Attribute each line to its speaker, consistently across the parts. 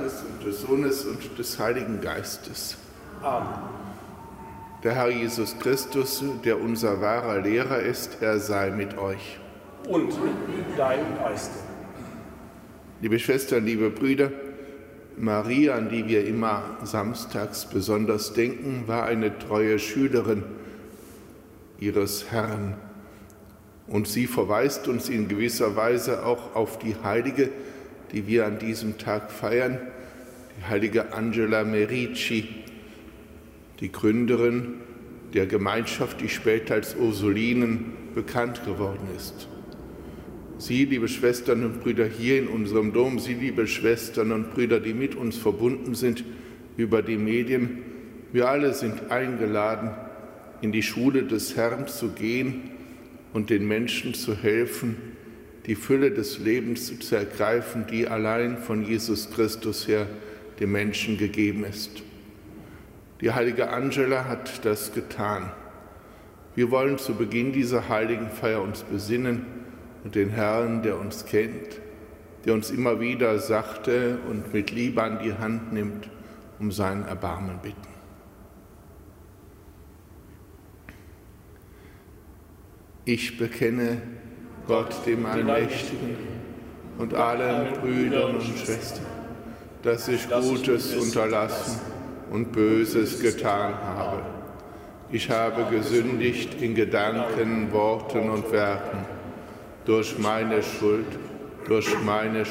Speaker 1: Vaters und des Sohnes und des Heiligen Geistes.
Speaker 2: Amen.
Speaker 1: Der Herr Jesus Christus, der unser wahrer Lehrer ist, er sei mit euch.
Speaker 2: Und mit deinem Geiste.
Speaker 1: Liebe Schwestern, liebe Brüder, Maria, an die wir immer samstags besonders denken, war eine treue Schülerin ihres Herrn. Und sie verweist uns in gewisser Weise auch auf die Heilige, die wir an diesem Tag feiern, die heilige Angela Merici, die Gründerin der Gemeinschaft, die später als Ursulinen bekannt geworden ist. Sie, liebe Schwestern und Brüder hier in unserem Dom, Sie, liebe Schwestern und Brüder, die mit uns verbunden sind über die Medien, wir alle sind eingeladen, in die Schule des Herrn zu gehen und den Menschen zu helfen, die Fülle des Lebens zu ergreifen, die allein von Jesus Christus her dem Menschen gegeben ist. Die heilige Angela hat das getan. Wir wollen zu Beginn dieser heiligen Feier uns besinnen und den Herrn, der uns kennt, der uns immer wieder sachte und mit Liebe an die Hand nimmt, um sein Erbarmen bitten. Ich bekenne Gott, dem Allmächtigen, und allen Brüdern und Schwestern, dass ich Gutes unterlassen und Böses getan habe. Ich habe gesündigt in Gedanken, Worten und Werken, durch meine Schuld, durch meine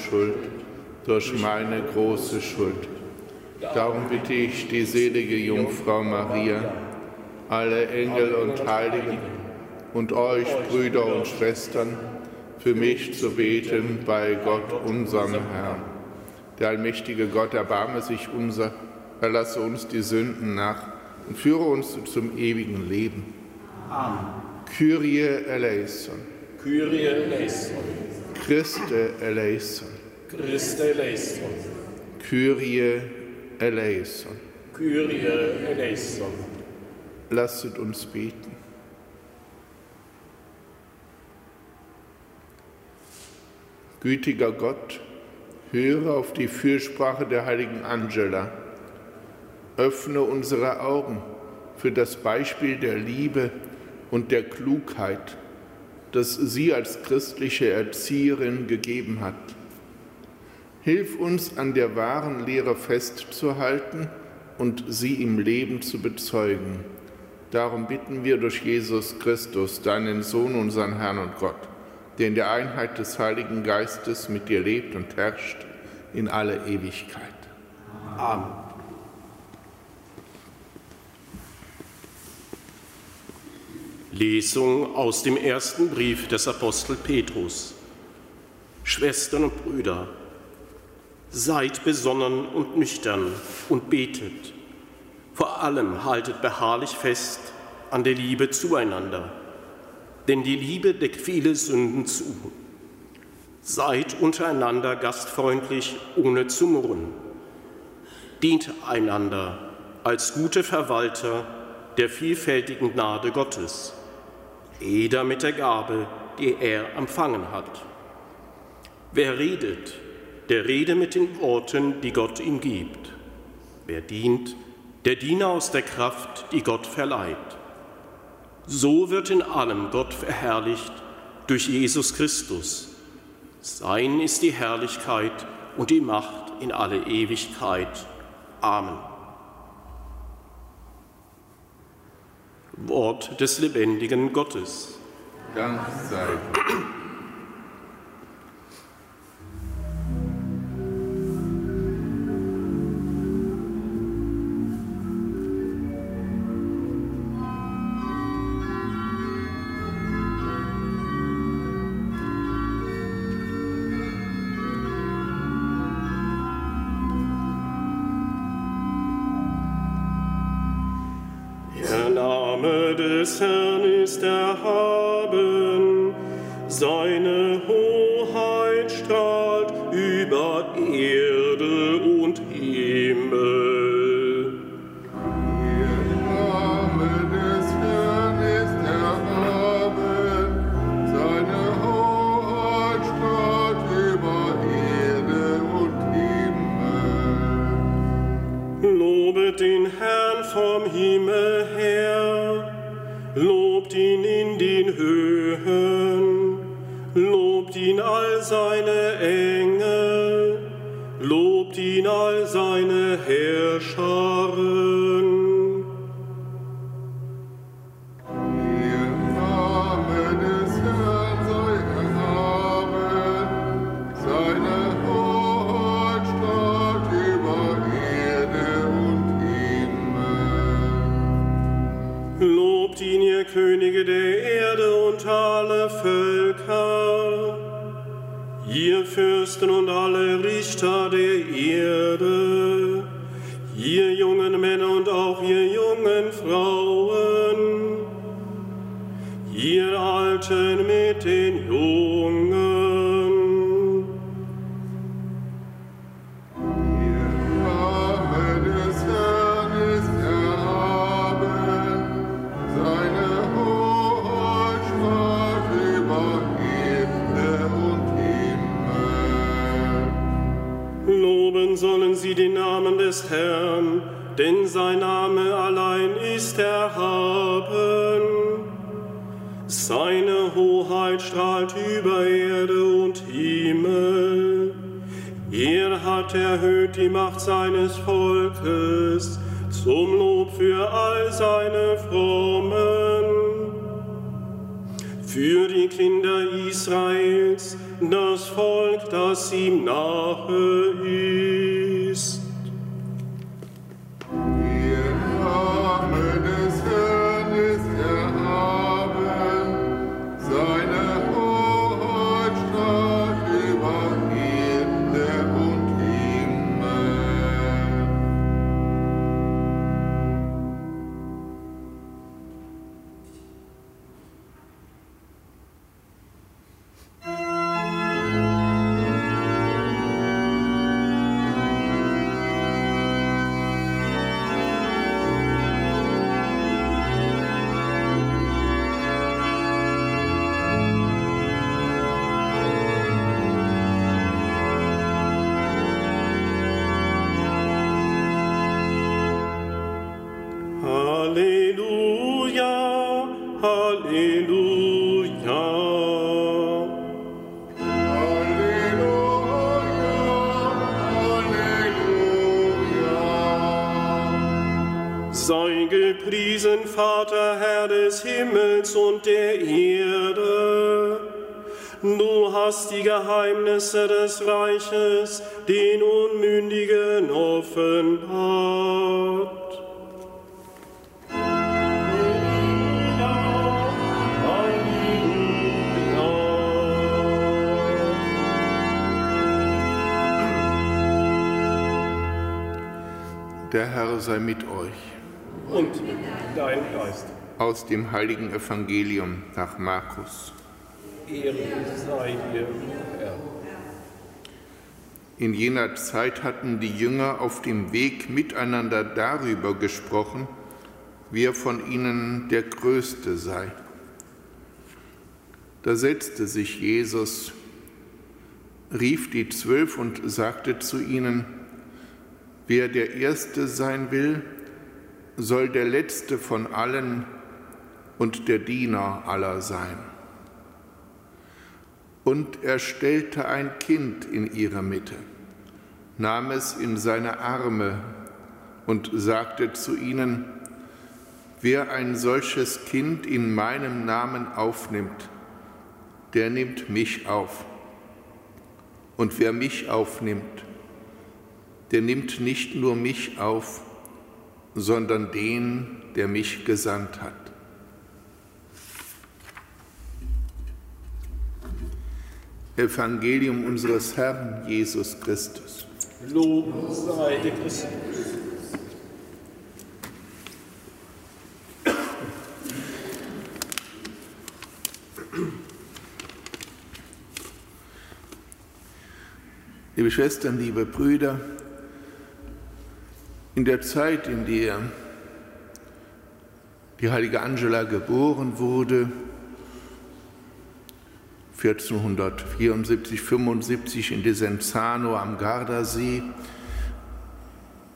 Speaker 1: große Schuld. Darum bitte ich die selige Jungfrau Maria, alle Engel und Heiligen und euch, Brüder und Schwestern, für mich zu beten bei Gott, unserem Herrn. Der allmächtige Gott erbarme sich unser, erlasse uns die Sünden nach und führe uns zum ewigen Leben.
Speaker 2: Amen.
Speaker 1: Kyrie eleison.
Speaker 2: Kyrie eleison.
Speaker 1: Christe eleison.
Speaker 2: Christe eleison.
Speaker 1: Kyrie eleison.
Speaker 2: Kyrie eleison.
Speaker 1: Lasset uns beten. Gütiger Gott, höre auf die Fürsprache der heiligen Angela. Öffne unsere Augen für das Beispiel der Liebe und der Klugheit, das sie als christliche Erzieherin gegeben hat. Hilf uns, an der wahren Lehre festzuhalten und sie im Leben zu bezeugen. Darum bitten wir durch Jesus Christus, deinen Sohn, unseren Herrn und Gott, der in der Einheit des Heiligen Geistes mit dir lebt und herrscht in alle Ewigkeit.
Speaker 2: Amen. Lesung aus dem ersten Brief des Apostel Petrus. Schwestern und Brüder, seid besonnen und nüchtern und betet. Vor allem haltet beharrlich fest an der Liebe zueinander, denn die Liebe deckt viele Sünden zu. Seid untereinander gastfreundlich, ohne zu murren. Dient einander als gute Verwalter der vielfältigen Gnade Gottes, jeder mit der Gabe, die er empfangen hat. Wer redet, der rede mit den Worten, die Gott ihm gibt. Wer dient, der diene aus der Kraft, die Gott verleiht. So wird in allem Gott verherrlicht durch Jesus Christus. Sein ist die Herrlichkeit und die Macht in alle Ewigkeit. Amen. Wort des lebendigen Gottes.
Speaker 1: Dank sei Gott.
Speaker 2: Des Herrn ist erhaben, seine Hoheit strahlt über Erde und Himmel.
Speaker 1: Der Name des Herrn ist erhaben, seine Hoheit strahlt über Erde und Himmel.
Speaker 2: den Höhen, lobt ihn all seine Engel, lobt ihn all seine Heerscharen. Lobt ihn, ihr Könige der Erde und alle Völker, ihr Fürsten und alle Richter der Erde, ihr jungen Männer und auch ihr jungen Frauen, ihr Alten mit den Jungen. Loben sollen sie den Namen des Herrn, denn sein Name allein ist erhaben. Seine Hoheit strahlt über Erde und Himmel. Er hat erhöht die Macht seines Volkes zum Lob für all seine Frommen. Für die Kinder Israels, das Volk, das ihm nahe ist.
Speaker 1: Der Name des Herrn ist erhaben, seine Hoheit strahlt über Erde und Himmel.
Speaker 2: Halleluja, Halleluja.
Speaker 1: Halleluja, Halleluja.
Speaker 2: Sei gepriesen, Vater, Herr des Himmels und der Erde. Du hast die Geheimnisse des Reiches den Unmündigen offenbart.
Speaker 1: Der Herr sei mit euch.
Speaker 2: Und mit deinem Geist.
Speaker 1: Aus dem heiligen Evangelium nach Markus.
Speaker 2: Ehre sei dir, Herr.
Speaker 1: In jener Zeit hatten die Jünger auf dem Weg miteinander darüber gesprochen, wer von ihnen der Größte sei. Da setzte sich Jesus, rief die 12 und sagte zu ihnen: Wer der Erste sein will, soll der Letzte von allen und der Diener aller sein. Und er stellte ein Kind in ihre Mitte, nahm es in seine Arme und sagte zu ihnen: Wer ein solches Kind in meinem Namen aufnimmt, der nimmt mich auf. Und wer mich aufnimmt, der nimmt nicht nur mich auf, sondern den, der mich gesandt hat. Evangelium unseres Herrn Jesus Christus.
Speaker 2: Lob sei dir Christus.
Speaker 1: Liebe Schwestern, liebe Brüder, in der Zeit, in der die heilige Angela geboren wurde, 1474, 75 in Desenzano am Gardasee,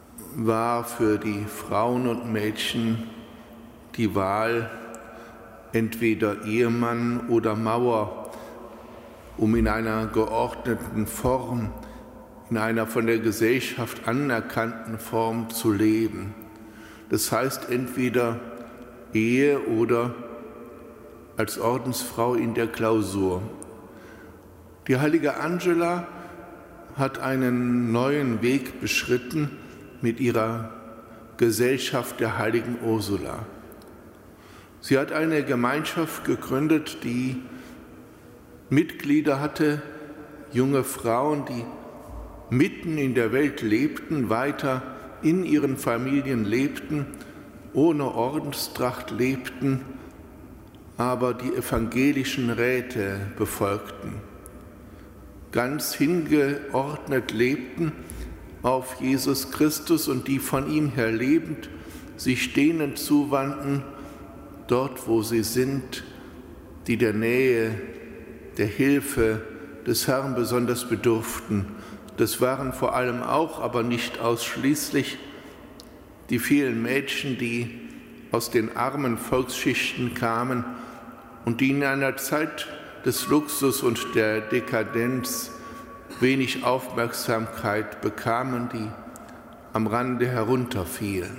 Speaker 1: war für die Frauen und Mädchen die Wahl entweder Ehemann oder Mauer, um in einer geordneten Form, in einer von der Gesellschaft anerkannten Form zu leben. Das heißt entweder Ehe oder als Ordensfrau in der Klausur. Die heilige Angela hat einen neuen Weg beschritten mit ihrer Gesellschaft der heiligen Ursula. Sie hat eine Gemeinschaft gegründet, die Mitglieder hatte, junge Frauen, die mitten in der Welt lebten, weiter in ihren Familien lebten, ohne Ordenstracht lebten, aber die evangelischen Räte befolgten, ganz hingeordnet lebten auf Jesus Christus und die von ihm her lebend sich denen zuwandten, dort wo sie sind, die der Nähe, der Hilfe des Herrn besonders bedurften. Das waren vor allem auch, aber nicht ausschließlich, die vielen Mädchen, die aus den armen Volksschichten kamen und die in einer Zeit des Luxus und der Dekadenz wenig Aufmerksamkeit bekamen, die am Rande herunterfielen.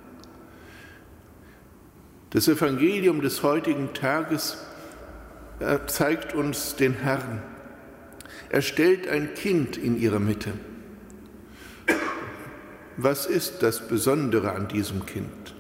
Speaker 1: Das Evangelium des heutigen Tages zeigt uns den Herrn. Er stellt ein Kind in ihre Mitte. Was ist das Besondere an diesem Kind?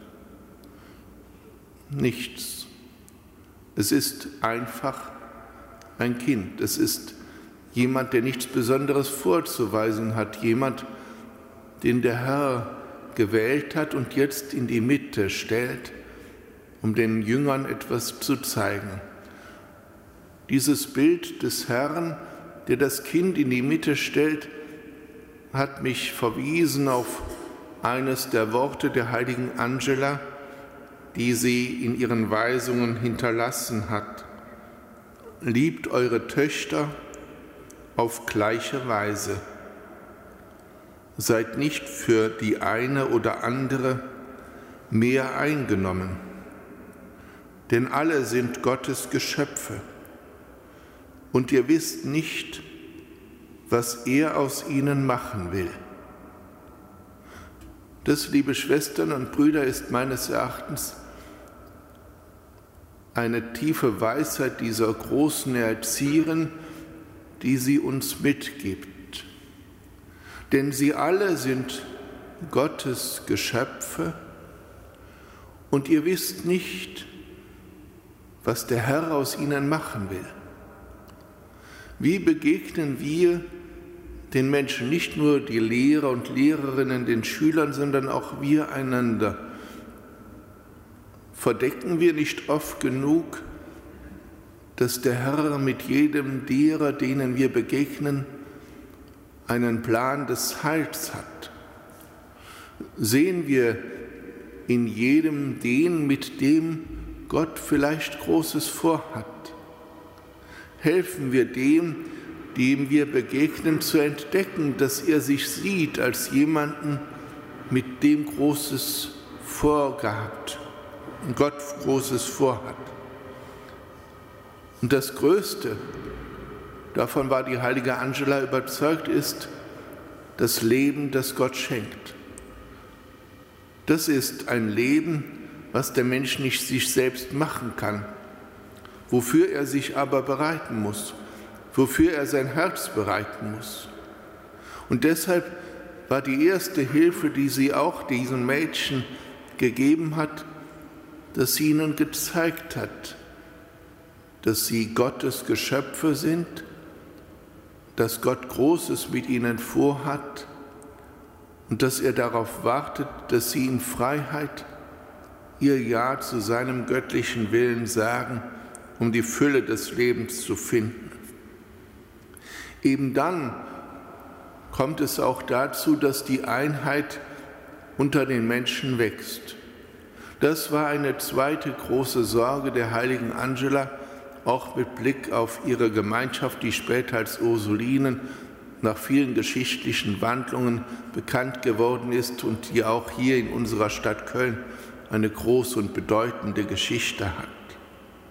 Speaker 1: Nichts. Es ist einfach ein Kind. Es ist jemand, der nichts Besonderes vorzuweisen hat. Jemand, den der Herr gewählt hat und jetzt in die Mitte stellt, um den Jüngern etwas zu zeigen. Dieses Bild des Herrn, der das Kind in die Mitte stellt, hat mich verwiesen auf eines der Worte der heiligen Angela, die sie in ihren Weisungen hinterlassen hat. Liebt eure Töchter auf gleiche Weise. Seid nicht für die eine oder andere mehr eingenommen, denn alle sind Gottes Geschöpfe und ihr wisst nicht, was er aus ihnen machen will. Das, liebe Schwestern und Brüder, ist meines Erachtens eine tiefe Weisheit dieser großen Erzieherin, die sie uns mitgibt. Denn sie alle sind Gottes Geschöpfe und ihr wisst nicht, was der Herr aus ihnen machen will. Wie begegnen wir den Menschen, nicht nur die Lehrer und Lehrerinnen, den Schülern, sondern auch wir einander? Verdecken wir nicht oft genug, dass der Herr mit jedem derer, denen wir begegnen, einen Plan des Heils hat? Sehen wir in jedem den, mit dem Gott vielleicht Großes vorhat? Helfen wir dem wir begegnen, zu entdecken, dass er sich sieht als jemanden, mit dem Großes vorgehabt und Gott Großes vorhat. Und das Größte, davon war die heilige Angela überzeugt, ist das Leben, das Gott schenkt. Das ist ein Leben, was der Mensch nicht sich selbst machen kann, wofür er sich aber bereiten muss, wofür er sein Herz bereiten muss. Und deshalb war die erste Hilfe, die sie auch diesen Mädchen gegeben hat, dass sie ihnen gezeigt hat, dass sie Gottes Geschöpfe sind, dass Gott Großes mit ihnen vorhat und dass er darauf wartet, dass sie in Freiheit ihr Ja zu seinem göttlichen Willen sagen, um die Fülle des Lebens zu finden. Eben dann kommt es auch dazu, dass die Einheit unter den Menschen wächst. Das war eine zweite große Sorge der heiligen Angela, auch mit Blick auf ihre Gemeinschaft, die später als Ursulinen nach vielen geschichtlichen Wandlungen bekannt geworden ist und die auch hier in unserer Stadt Köln eine große und bedeutende Geschichte hat.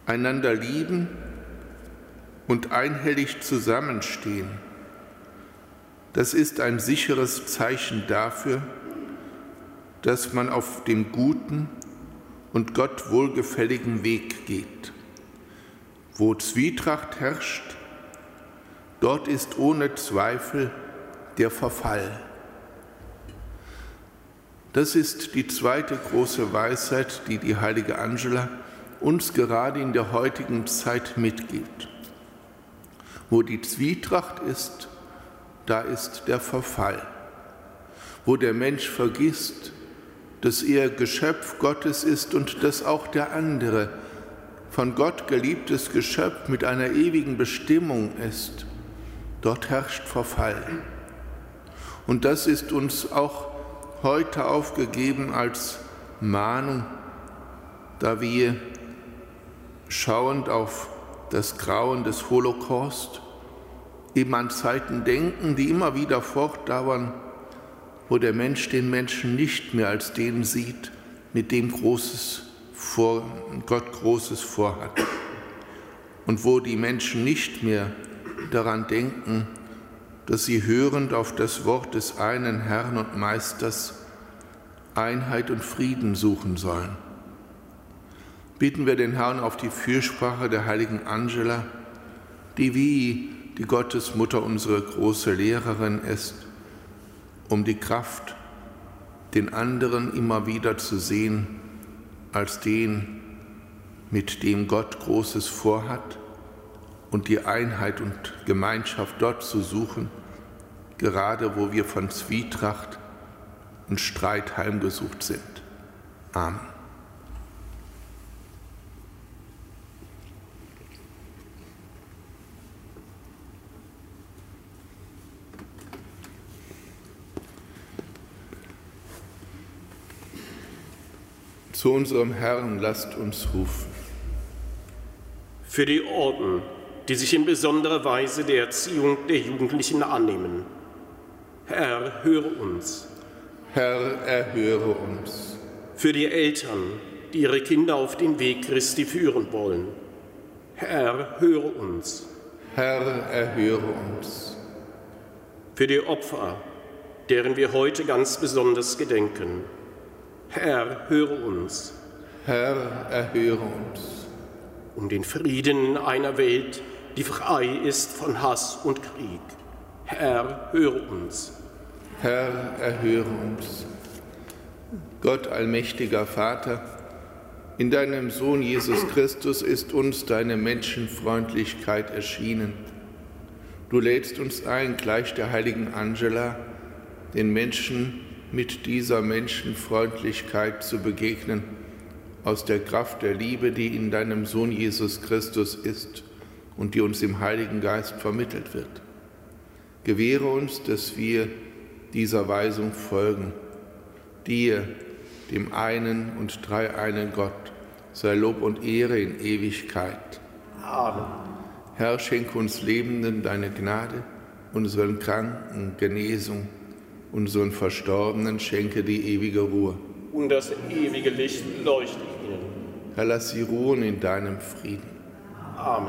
Speaker 1: einander lieben und einhellig zusammenstehen. Das ist ein sicheres Zeichen dafür, dass man auf dem guten und Gott wohlgefälligen Weg geht. Wo Zwietracht herrscht, dort ist ohne Zweifel der Verfall. Das ist die zweite große Weisheit, die die heilige Angela uns gerade in der heutigen Zeit mitgibt. Wo die Zwietracht ist, da ist der Verfall. Wo der Mensch vergisst, dass er Geschöpf Gottes ist und dass auch der andere von Gott geliebtes Geschöpf mit einer ewigen Bestimmung ist, dort herrscht Verfall. Und das ist uns auch heute aufgegeben als Mahnung, da wir schauend auf das Grauen des Holocaust eben an Zeiten denken, die immer wieder fortdauern, wo der Mensch den Menschen nicht mehr als den sieht, mit dem Gott Großes vorhat. Und wo die Menschen nicht mehr daran denken, dass sie hörend auf das Wort des einen Herrn und Meisters Einheit und Frieden suchen sollen. Bitten wir den Herrn auf die Fürsprache der heiligen Angela, die wie die Gottesmutter unsere große Lehrerin ist, um die Kraft, den anderen immer wieder zu sehen als den, mit dem Gott Großes vorhat, und die Einheit und Gemeinschaft dort zu suchen, gerade wo wir von Zwietracht und Streit heimgesucht sind. Amen. Zu unserem Herrn lasst uns rufen.
Speaker 2: Für die Orden, die sich in besonderer Weise der Erziehung der Jugendlichen annehmen. Herr, höre uns.
Speaker 1: Herr, erhöre uns.
Speaker 2: Für die Eltern, die ihre Kinder auf den Weg Christi führen wollen. Herr, höre uns.
Speaker 1: Herr, erhöre uns.
Speaker 2: Für die Opfer, deren wir heute ganz besonders gedenken. Herr, höre uns.
Speaker 1: Herr, erhöre uns.
Speaker 2: Um den Frieden in einer Welt, die frei ist von Hass und Krieg. Herr, höre uns.
Speaker 1: Herr, erhöre uns. Gott, allmächtiger Vater, in deinem Sohn Jesus Christus ist uns deine Menschenfreundlichkeit erschienen. Du lädst uns ein, gleich der heiligen Angela, den Menschen mit dieser Menschenfreundlichkeit zu begegnen, aus der Kraft der Liebe, die in deinem Sohn Jesus Christus ist und die uns im Heiligen Geist vermittelt wird. Gewähre uns, dass wir dieser Weisung folgen. Dir, dem einen und dreieinen Gott, sei Lob und Ehre in Ewigkeit.
Speaker 2: Amen.
Speaker 1: Herr, schenke uns Lebenden deine Gnade, unseren Kranken Genesung, unseren Verstorbenen schenke die ewige Ruhe.
Speaker 2: Und das ewige Licht leuchte ihnen.
Speaker 1: Herr, lass sie ruhen in deinem Frieden.
Speaker 2: Amen.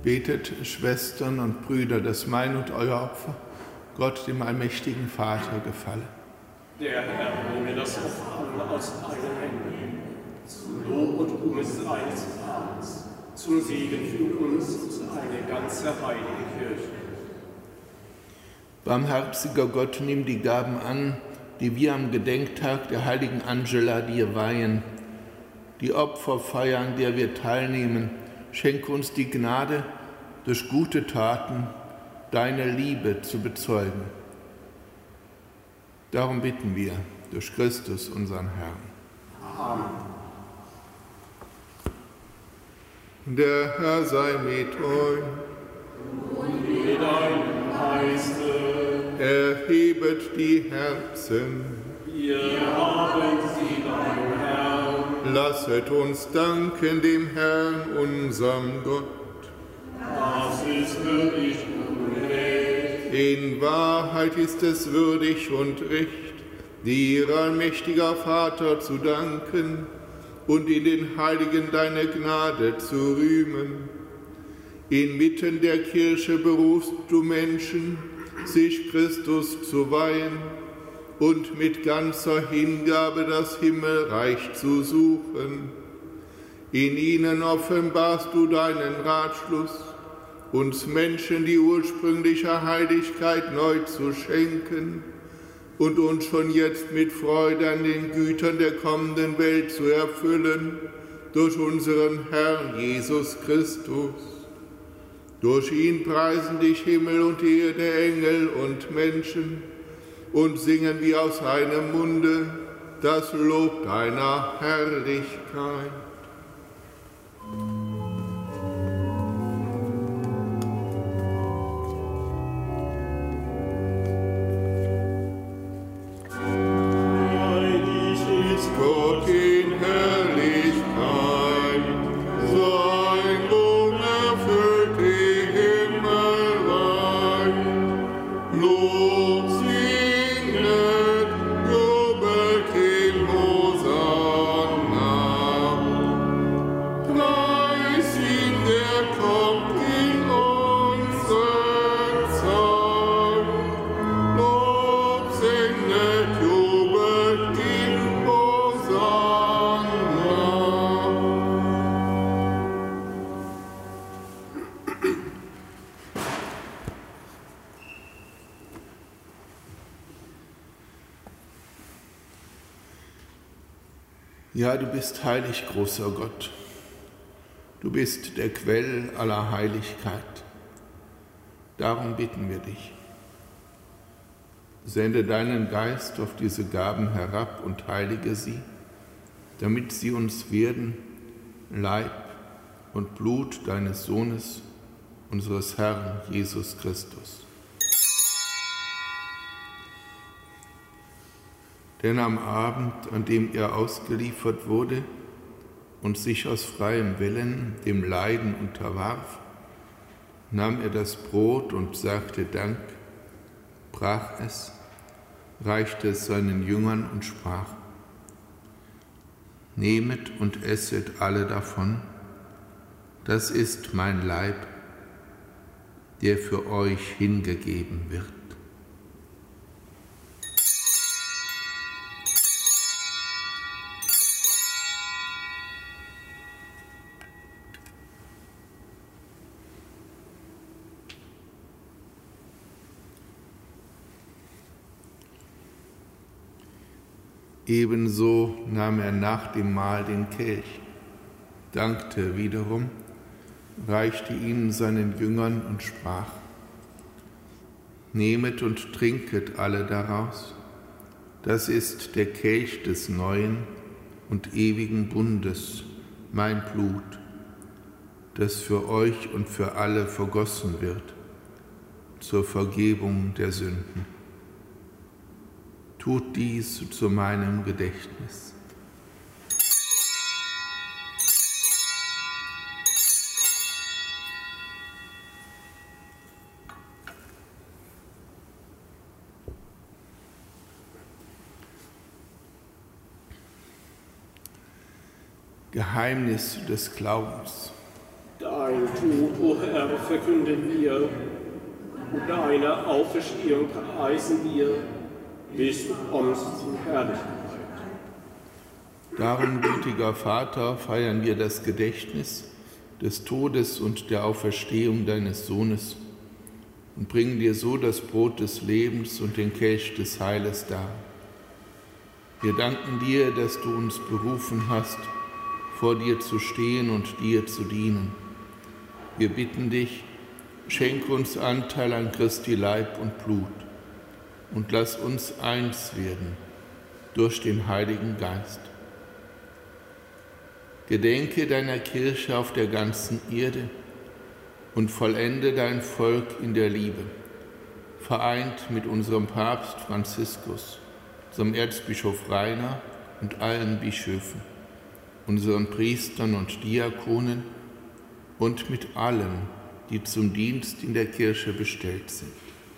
Speaker 1: Betet, Schwestern und Brüder, dass mein und euer Opfer Gott, dem allmächtigen Vater, gefalle.
Speaker 2: Der Herr nehme das Opfer an aus deinen Händen, zum Lob und Ruhm seines Namens, zum Segen für uns und eine ganze heilige Kirche.
Speaker 1: Barmherziger Gott, nimm die Gaben an, die wir am Gedenktag der heiligen Angela dir weihen. Die Opferfeier, an der wir teilnehmen, schenke uns die Gnade, durch gute Taten deine Liebe zu bezeugen. Darum bitten wir durch Christus, unseren Herrn.
Speaker 2: Amen.
Speaker 1: Der Herr sei mit euch.
Speaker 2: Und mit deinem Geiste.
Speaker 1: Erhebet die Herzen.
Speaker 2: Wir haben sie beim Herrn.
Speaker 1: Lasset uns danken dem Herrn, unserem Gott.
Speaker 2: Das ist würdig und recht.
Speaker 1: In Wahrheit ist es würdig und recht, dir, allmächtiger Vater, zu danken und in den Heiligen deine Gnade zu rühmen. Inmitten der Kirche berufst du Menschen, sich Christus zu weihen und mit ganzer Hingabe das Himmelreich zu suchen. In ihnen offenbarst du deinen Ratschluss, uns Menschen die ursprüngliche Heiligkeit neu zu schenken und uns schon jetzt mit Freude an den Gütern der kommenden Welt zu erfüllen, durch unseren Herrn Jesus Christus. Durch ihn preisen dich Himmel und Erde, Engel und Menschen, und singen wir aus einem Munde das Lob deiner Herrlichkeit. Gott in Herrlichkeit, sein Lohn erfüllt die Himmelreich. Lob singet, jubelt in Hosanna. Preis ihn, der kommt in unsere Zeit. Lob singet, jubelt in Hosanna. Ja, du bist heilig, großer Gott. Du bist der Quell aller Heiligkeit. Darum bitten wir dich. Sende deinen Geist auf diese Gaben herab und heilige sie, damit sie uns werden, Leib und Blut deines Sohnes, unseres Herrn Jesus Christus. Denn am Abend, an dem er ausgeliefert wurde und sich aus freiem Willen dem Leiden unterwarf, nahm er das Brot und sagte Dank, brach es, reichte es seinen Jüngern und sprach: Nehmet und esset alle davon, das ist mein Leib, der für euch hingegeben wird. Ebenso nahm er nach dem Mahl den Kelch, dankte wiederum, reichte ihn seinen Jüngern und sprach: Nehmet und trinket alle daraus, das ist der Kelch des neuen und ewigen Bundes, mein Blut, das für euch und für alle vergossen wird, zur Vergebung der Sünden. Tut dies zu meinem Gedächtnis. Geheimnis des Glaubens.
Speaker 2: Dein Dein Tod, o Herr, verkünden wir, und deine Auferstehung preisen wir, bis du kommst in Herrlichkeit.
Speaker 1: Darum, gütiger Vater, feiern wir das Gedächtnis des Todes und der Auferstehung deines Sohnes und bringen dir so das Brot des Lebens und den Kelch des Heiles dar. Wir danken dir, dass du uns berufen hast, vor dir zu stehen und dir zu dienen. Wir bitten dich, schenke uns Anteil an Christi Leib und Blut und lass uns eins werden durch den Heiligen Geist. Gedenke deiner Kirche auf der ganzen Erde und vollende dein Volk in der Liebe, vereint mit unserem Papst Franziskus, unserem Erzbischof Rainer und allen Bischöfen, unseren Priestern und Diakonen und mit allen, die zum Dienst in der Kirche bestellt sind.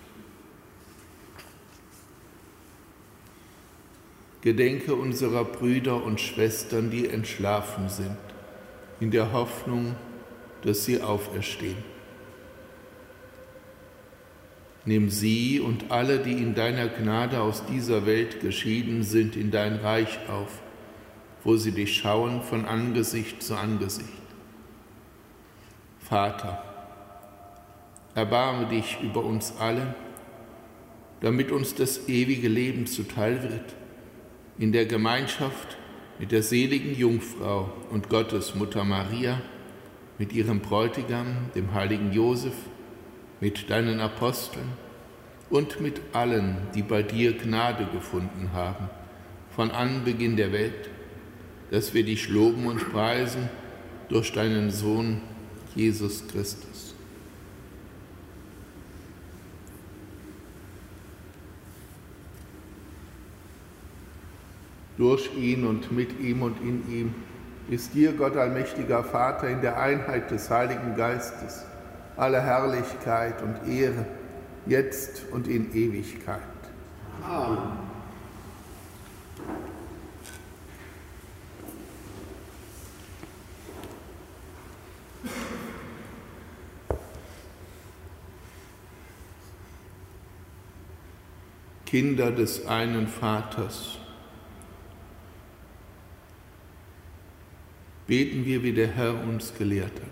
Speaker 1: Gedenke unserer Brüder und Schwestern, die entschlafen sind, in der Hoffnung, dass sie auferstehen. Nimm sie und alle, die in deiner Gnade aus dieser Welt geschieden sind, in dein Reich auf, wo sie dich schauen von Angesicht zu Angesicht. Vater, erbarme dich über uns alle, damit uns das ewige Leben zuteil wird, in der Gemeinschaft mit der seligen Jungfrau und Gottesmutter Maria, mit ihrem Bräutigam, dem heiligen Josef, mit deinen Aposteln und mit allen, die bei dir Gnade gefunden haben, von Anbeginn der Welt, dass wir dich loben und preisen durch deinen Sohn, Jesus Christus. Durch ihn und mit ihm und in ihm ist dir, Gott allmächtiger Vater, in der Einheit des Heiligen Geistes alle Herrlichkeit und Ehre, jetzt und in Ewigkeit.
Speaker 2: Amen.
Speaker 1: Kinder des einen Vaters, beten wir, wie der Herr uns gelehrt hat.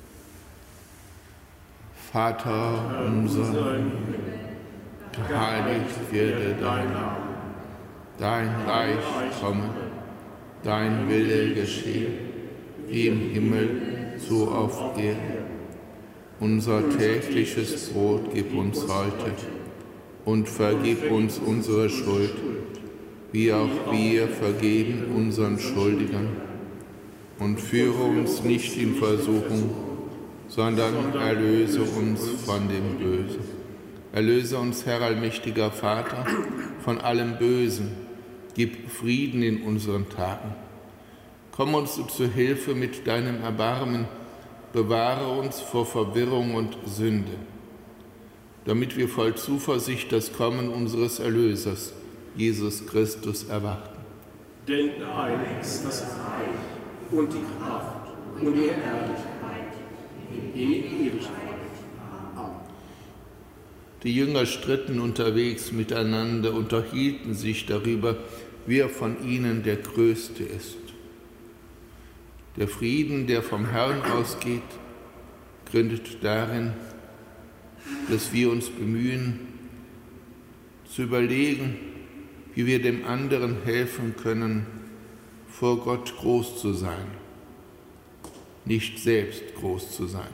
Speaker 1: Vater unser, geheiligt werde dein Name, dein Reich komme, dein Wille geschehe, wie im Himmel, so auf Erden. Unser tägliches Brot gib uns heute und vergib uns unsere Schuld, wie auch wir vergeben unseren Schuldigern. Und führe uns nicht in Versuchung, sondern erlöse uns von dem Bösen. Erlöse uns, Herr allmächtiger Vater, von allem Bösen. Gib Frieden in unseren Tagen. Komm uns zu Hilfe mit deinem Erbarmen. Bewahre uns vor Verwirrung und Sünde, damit wir voll Zuversicht das Kommen unseres Erlösers, Jesus Christus, erwarten.
Speaker 2: Denn dein ist das Reich und die Kraft und die Herrlichkeit in Ewigkeit. Amen.
Speaker 1: Die Jünger stritten unterwegs miteinander, unterhielten sich darüber, wer von ihnen der Größte ist. Der Frieden, der vom Herrn ausgeht, gründet darin, dass wir uns bemühen, zu überlegen, wie wir dem anderen helfen können, vor Gott groß zu sein, nicht selbst groß zu sein.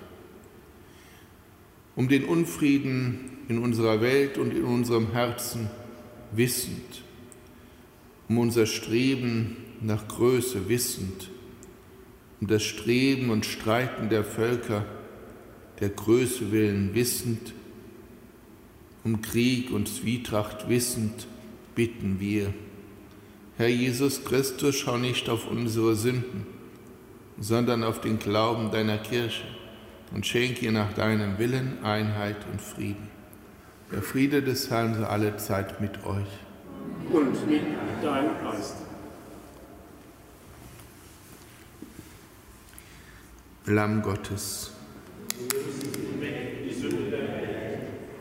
Speaker 1: Um den Unfrieden in unserer Welt und in unserem Herzen wissend, um unser Streben nach Größe wissend, um das Streben und Streiten der Völker der Größe willen wissend, um Krieg und Zwietracht wissend, bitten wir, Herr Jesus Christus, schau nicht auf unsere Sünden, sondern auf den Glauben deiner Kirche und schenke ihr nach deinem Willen Einheit und Frieden. Der Friede des Herrn sei alle Zeit mit euch.
Speaker 2: Und mit deinem Geist.
Speaker 1: Lamm Gottes,
Speaker 2: Die Sünde der Welt.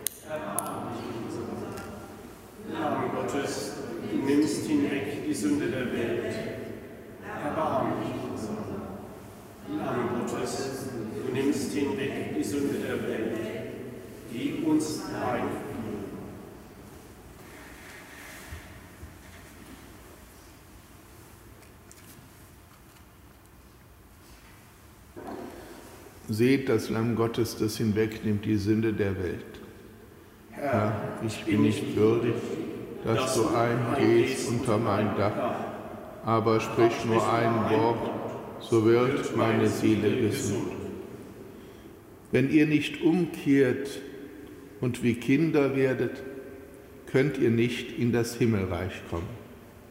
Speaker 2: Lamm Gottes, du nimmst hinweg die Sünde der Welt. Erbarme dich unser. Lamm Gottes, du nimmst hinweg die Sünde der Welt. Gib uns dein Frieden.
Speaker 1: Seht das Lamm Gottes, das hinwegnimmt die Sünde der Welt. Herr, ich bin nicht würdig, dass du eingehst unter mein Dach, aber sprich nur ein Wort, so wird meine Seele gesund. Wenn ihr nicht umkehrt und wie Kinder werdet, könnt ihr nicht in das Himmelreich kommen.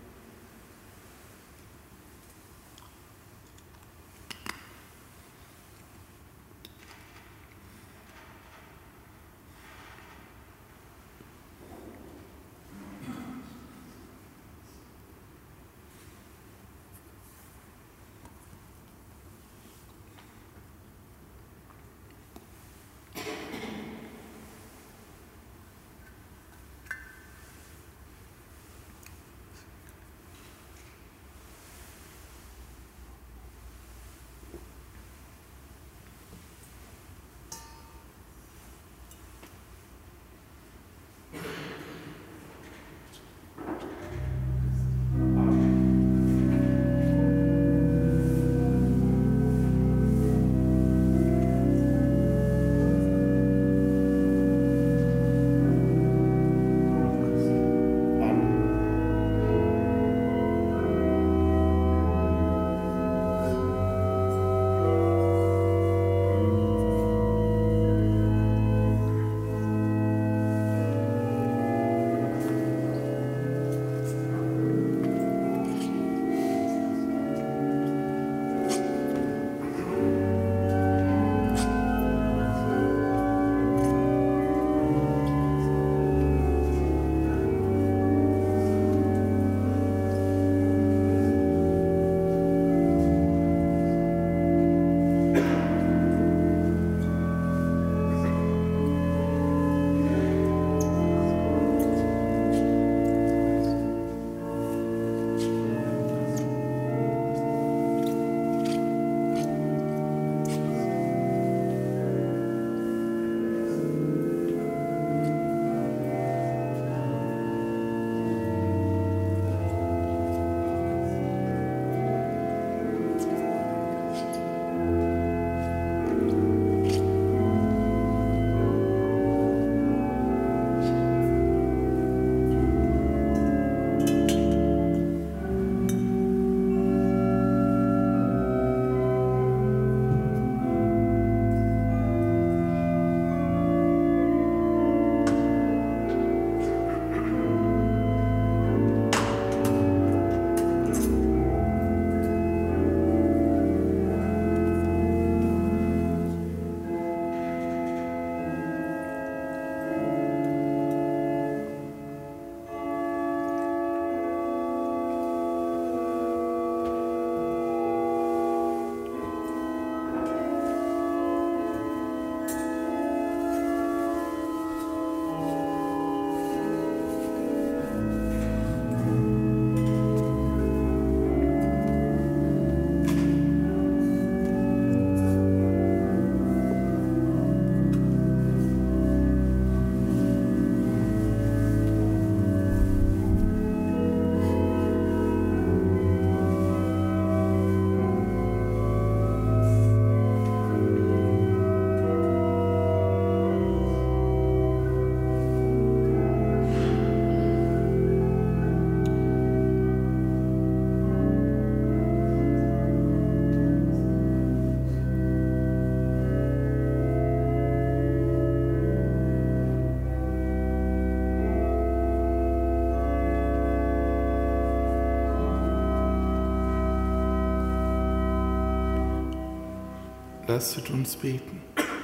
Speaker 1: Lasset uns beten.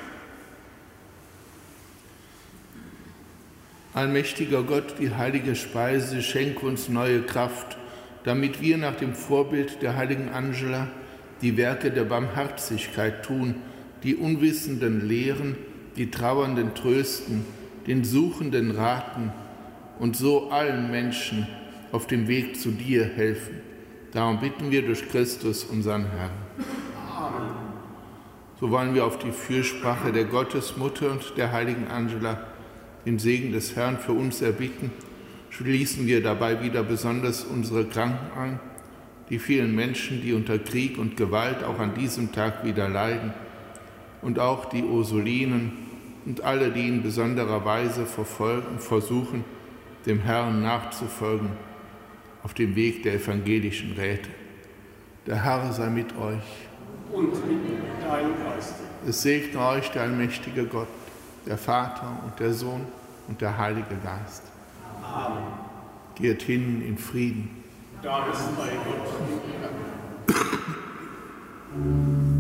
Speaker 1: Allmächtiger Gott, die heilige Speise, schenke uns neue Kraft, damit wir nach dem Vorbild der heiligen Angela die Werke der Barmherzigkeit tun die Unwissenden lehren, die Trauernden trösten, den Suchenden raten und so allen Menschen auf dem Weg zu dir helfen. Darum bitten wir durch Christus, unseren Herrn. Amen. So wollen wir auf die Fürsprache der Gottesmutter und der heiligen Angela den Segen des Herrn für uns erbitten. Schließen wir dabei wieder besonders unsere Kranken ein, die vielen Menschen, die unter Krieg und Gewalt auch an diesem Tag wieder leiden, und auch die Ursulinen und alle, die in besonderer Weise versuchen, dem Herrn nachzufolgen auf dem Weg der evangelischen Räte. Der Herr sei mit euch.
Speaker 2: Und mit deinem Geist.
Speaker 1: Es segne euch der allmächtige Gott, der Vater und der Sohn und der Heilige Geist.
Speaker 2: Amen.
Speaker 1: Geht hin in Frieden.
Speaker 2: Dank sei Gott.